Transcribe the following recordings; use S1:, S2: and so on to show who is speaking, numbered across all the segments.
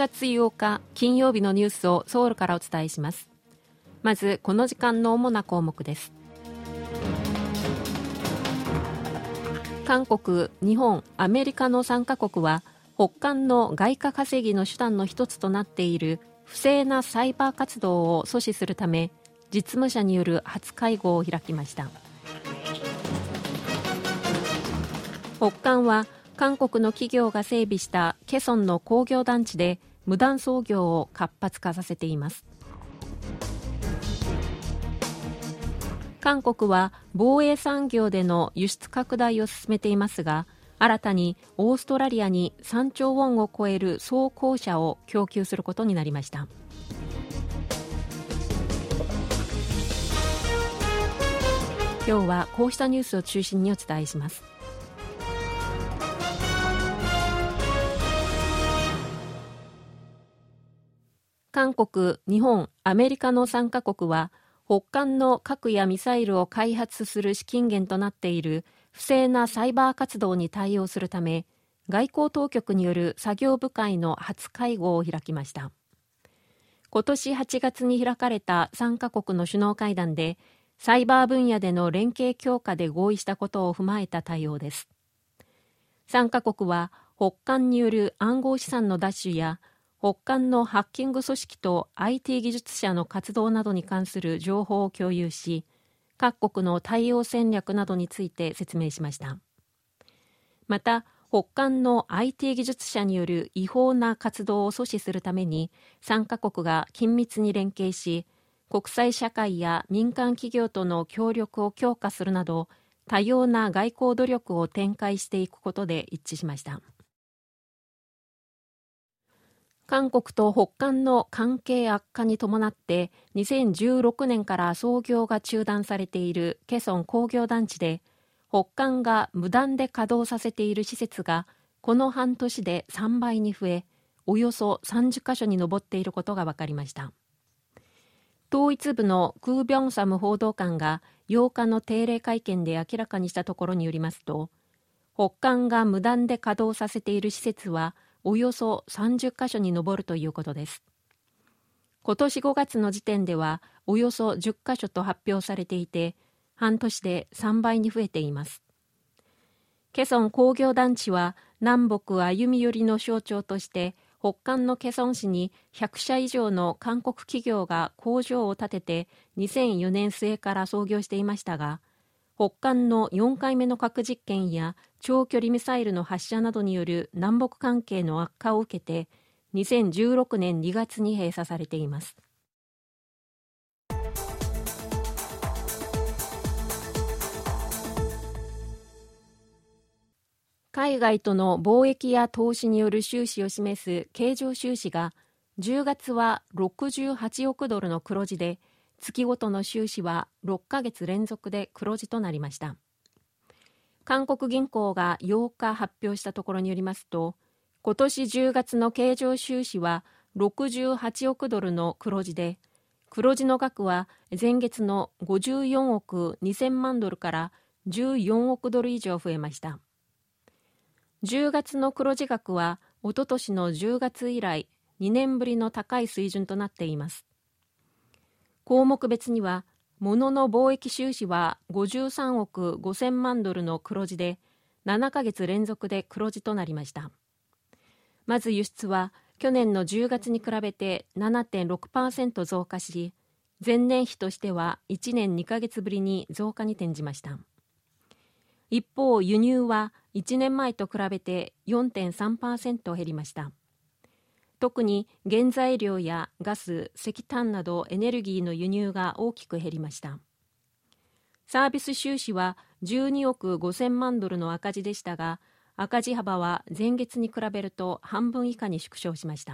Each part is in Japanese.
S1: 月8日金曜日のニュースをソウルからお伝えします。まずこの時間の主な項目です。韓国、日本、アメリカの3カ国は北韓の外貨稼ぎの手段の一つとなっている不正なサイバー活動を阻止するため実務者による初会合を開きました。北韓は韓国の企業が整備したケソンの工業団地で無断操業を活発化させています。韓国は防衛産業での輸出拡大を進めていますが、新たにオーストラリアに3兆ウォンを超える装甲車を供給することになりました。今日はこうしたニュースを中心にお伝えします。韓国、日本、アメリカの3カ国は北韓の核やミサイルを開発する資金源となっている不正なサイバー活動に対応するため、外交当局による作業部会の初会合を開きました。今年8月に開かれた3カ国の首脳会談で、サイバー分野での連携強化で合意したことを踏まえた対応です。3カ国は北韓による暗号資産の奪取や北韓のハッキング組織と IT 技術者の活動などに関する情報を共有し、各国の対応戦略などについて説明しました。また、北韓の IT 技術者による違法な活動を阻止するために、3カ国が緊密に連携し、国際社会や民間企業との協力を強化するなど、多様な外交努力を展開していくことで一致しました。韓国と北韓の関係悪化に伴って2016年から操業が中断されているケソン工業団地で、北韓が無断で稼働させている施設がこの半年で3倍に増え、およそ30カ所に上っていることが分かりました。統一部のク・ビョンサム報道官が8日の定例会見で明らかにしたところによりますと、北韓が無断で稼働させている施設はおよそ30カ所に上るということです。今年5月の時点ではおよそ10カ所と発表されていて、半年で3倍に増えています。ケソン工業団地は南北歩み寄りの象徴として、北韓のケソン市に100社以上の韓国企業が工場を建てて2004年末から操業していましたが、北韓の4回目の核実験や長距離ミサイルの発射などによる南北関係の悪化を受けて2016年2月に閉鎖されています。海外との貿易や投資による収支を示す経常収支が10月は68億ドルの黒字で、月ごとの収支は6ヶ月連続で黒字となりました。韓国銀行が8日発表したところによりますと、今年10月の経常収支は68億ドルの黒字で、黒字の額は前月の54億2000万ドルから14億ドル以上増えました。10月の黒字額はおととしの10月以来2年ぶりの高い水準となっています。項目別には、物の貿易収支は53億5000万ドルの黒字で、7ヶ月連続で黒字となりました。まず輸出は、去年の10月に比べて 7.6% 増加し、前年比としては1年2ヶ月ぶりに増加に転じました。一方、輸入は1年前と比べて 4.3% 減りました。特に原材料やガス、石炭などエネルギーの輸入が大きく減りました。サービス収支は12億5000万ドルの赤字でしたが、赤字幅は前月に比べると半分以下に縮小しました。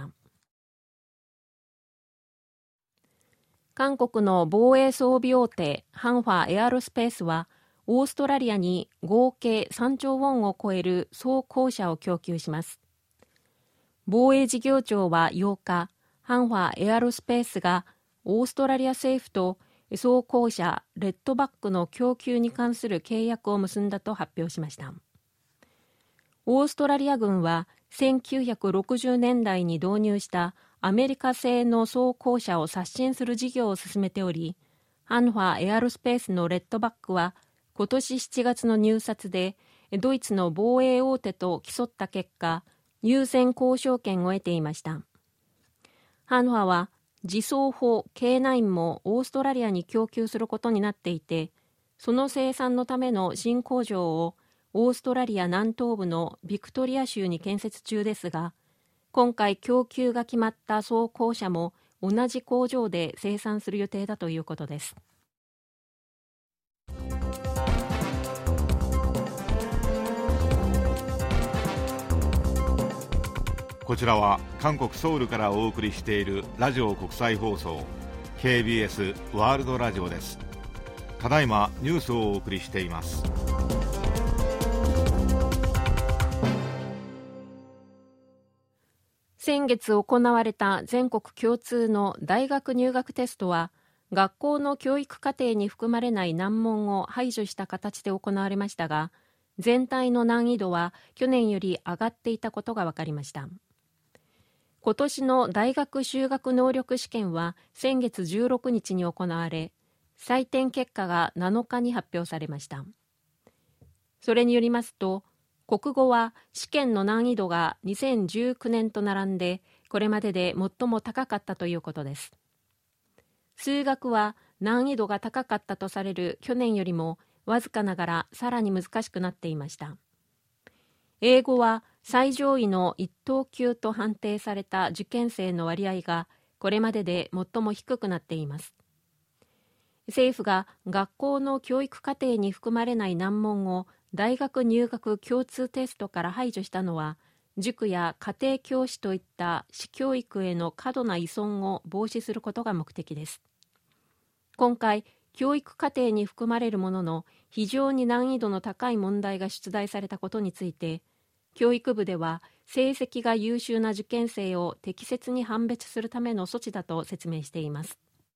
S1: 韓国の防衛装備大手ハンファエアロスペースは、オーストラリアに合計3兆ウォンを超える装甲車を供給します。防衛事業庁は8日、ハンファエアロスペースがオーストラリア政府と装甲車レッドバックの供給に関する契約を結んだと発表しました。オーストラリア軍は 1960年代に導入したアメリカ製の装甲車を刷新する事業を進めており、ハンファエアロスペースのレッドバックは今年7月の入札でドイツの防衛大手と競った結果、優先交渉権を得ていました。ハンファは自走砲 K9 もオーストラリアに供給することになっていて、その生産のための新工場をオーストラリア南東部のビクトリア州に建設中ですが、今回供給が決まった装甲車も同じ工場で生産する予定だということです。
S2: こちらは韓国ソウルからお送りしているラジオ国際放送 KBS ワールドラジオです。ただいまニュースをお送りしています。
S1: 先月行われた全国共通の大学入学テストは、学校の教育課程に含まれない難問を排除した形で行われましたが、全体の難易度は去年より上がっていたことが分かりました。今年の大学修学能力試験は先月16日に行われ、採点結果が7日に発表されました。それによりますと、国語は試験の難易度が2019年と並んでこれまでで最も高かったということです。数学は難易度が高かったとされる去年よりもわずかながらさらに難しくなっていました。英語は最上位の一等級と判定された受験生の割合がこれまでで最も低くなっています。政府が学校の教育課程に含まれない難問を大学入学共通テストから排除したのは、塾や家庭教師といった私教育への過度な依存を防止することが目的です。今回、教育課程に含まれるものの非常に難易度の高い問題が出題されたことについて、教育部では成績が優秀な受験生を適切に判別するための措置だと説明しています。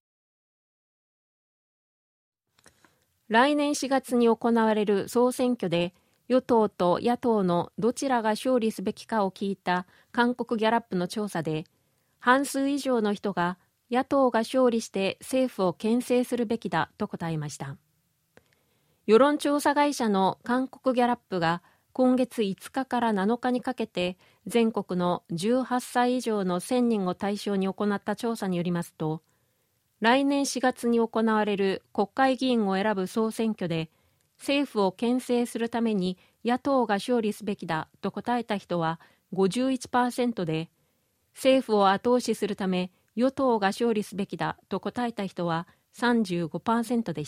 S1: 来年4月に行われる総選挙で、与党と野党のどちらが勝利すべきかを聞いた韓国ギャラップの調査で、半数以上の人が野党が勝利して政府を牽制するべきだと答えました。世論調査会社の韓国ギャラップが今月5日から7日にかけて全国の18歳以上の1000人を対象に行った調査によりますと、来年4月に行われる国会議員を選ぶ総選挙で、政府を牽制するために野党が勝利すべきだと答えた人は 51% で、政府を後押しするため与党が勝利すべきだと答えた人は 35% でした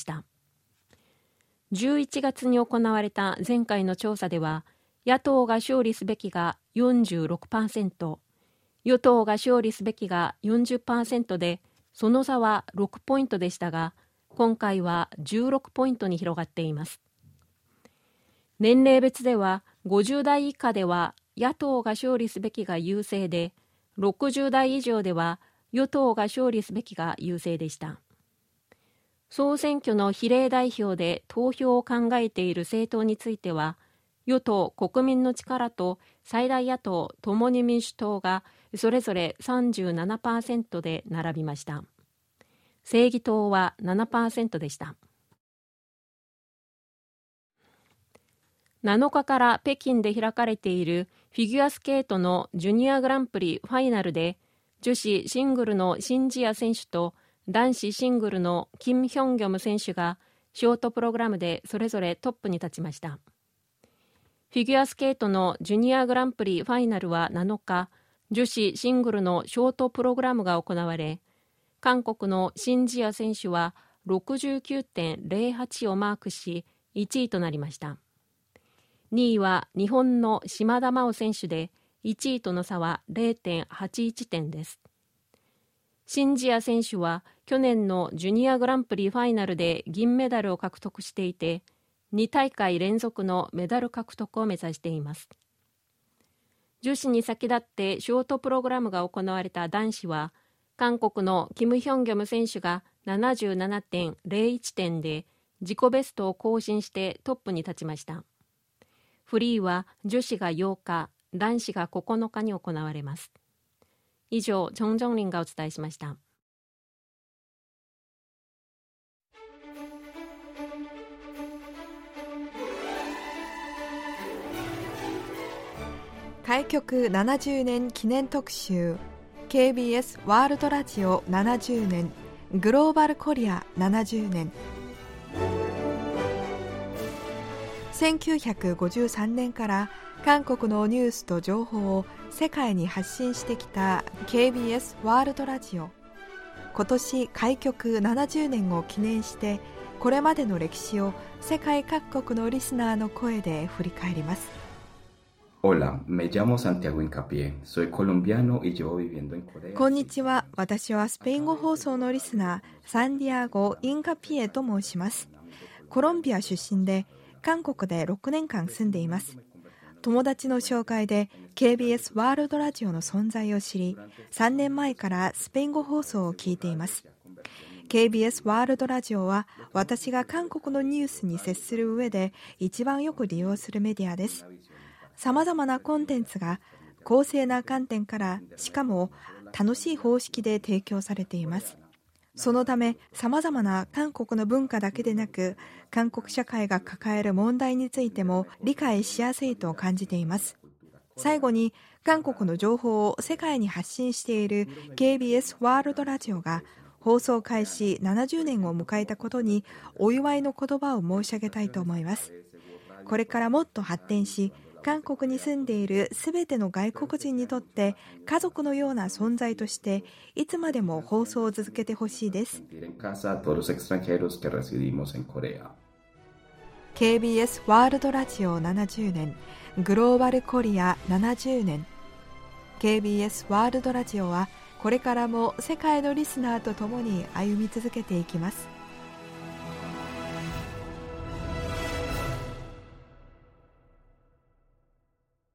S1: 。11月に行われた前回の調査では、野党が勝利すべきが 46%、与党が勝利すべきが 40% で、その差は6ポイントでしたが、今回は16ポイントに広がっています。年齢別では50代以下では野党が勝利すべきが優勢で、60代以上では与党が勝利すべきが優勢でした。総選挙の比例代表で投票を考えている政党については、与党国民の力と最大野党共に民主党がそれぞれ 37% で並びました。正義党は 7% でした。7日から北京で開かれているフィギュアスケートのジュニアグランプリファイナルで、女子シングルのシン・ジア選手と男子シングルのキム・ヒョンギョム選手がショートプログラムでそれぞれトップに立ちました。フィギュアスケートのジュニアグランプリファイナルは7日、女子シングルのショートプログラムが行われ、韓国のシン・ジア選手は 69.08 をマークし1位となりました。2位は日本の島田真央選手で、1位との差は 0.81 点です。シン・ジア選手は去年のジュニアグランプリファイナルで銀メダルを獲得していて、2大会連続のメダル獲得を目指しています。女子に先立ってショートプログラムが行われた男子は、韓国のキム・ヒョンギョム選手が 77.01 点で自己ベストを更新してトップに立ちました。フリーは女子が8日、 男子が9日に行われます。以上、ジョン・ジョンリンがお伝えしました。
S3: 開局70年記念特集 KBS ワールドラジオ70年グローバルコリア70年。1953年から韓国のニュースと情報を世界に発信してきた KBS ワールドラジオ。今年開局70年を記念してこれまでの歴史を世界各国のリスナーの声で振り返ります。
S4: Hola, me llamo Santiago Hincapié. Soy colombiano y llevo viviendo en Corea.
S3: こんにちは。私はスペイン語放送のリスナー、サンディアゴ・インカピエと申します。コロンビア出身で、韓国で6年間住んでいます。友達の紹介で KBS ワールドラジオの存在を知り、3年前からスペイン語放送を聞いています。KBS ワールドラジオは、私が韓国のニュースに接する上で一番よく利用するメディアです。さまざまなコンテンツが公正な観点からしかも楽しい方式で提供されています。そのためさまざまな韓国の文化だけでなく韓国社会が抱える問題についても理解しやすいと感じています。最後に韓国の情報を世界に発信している KBS ワールドラジオが放送開始70年を迎えたことにお祝いの言葉を申し上げたいと思います。これからもっと発展し韓国に住んでいるすべての外国人にとって家族のような存在としていつまでも放送を続けてほしいです。 KBS ワールドラジオ70年グローバルコリア70年 KBS ワールドラジオはこれからも世界のリスナーと共に歩み続けていきます。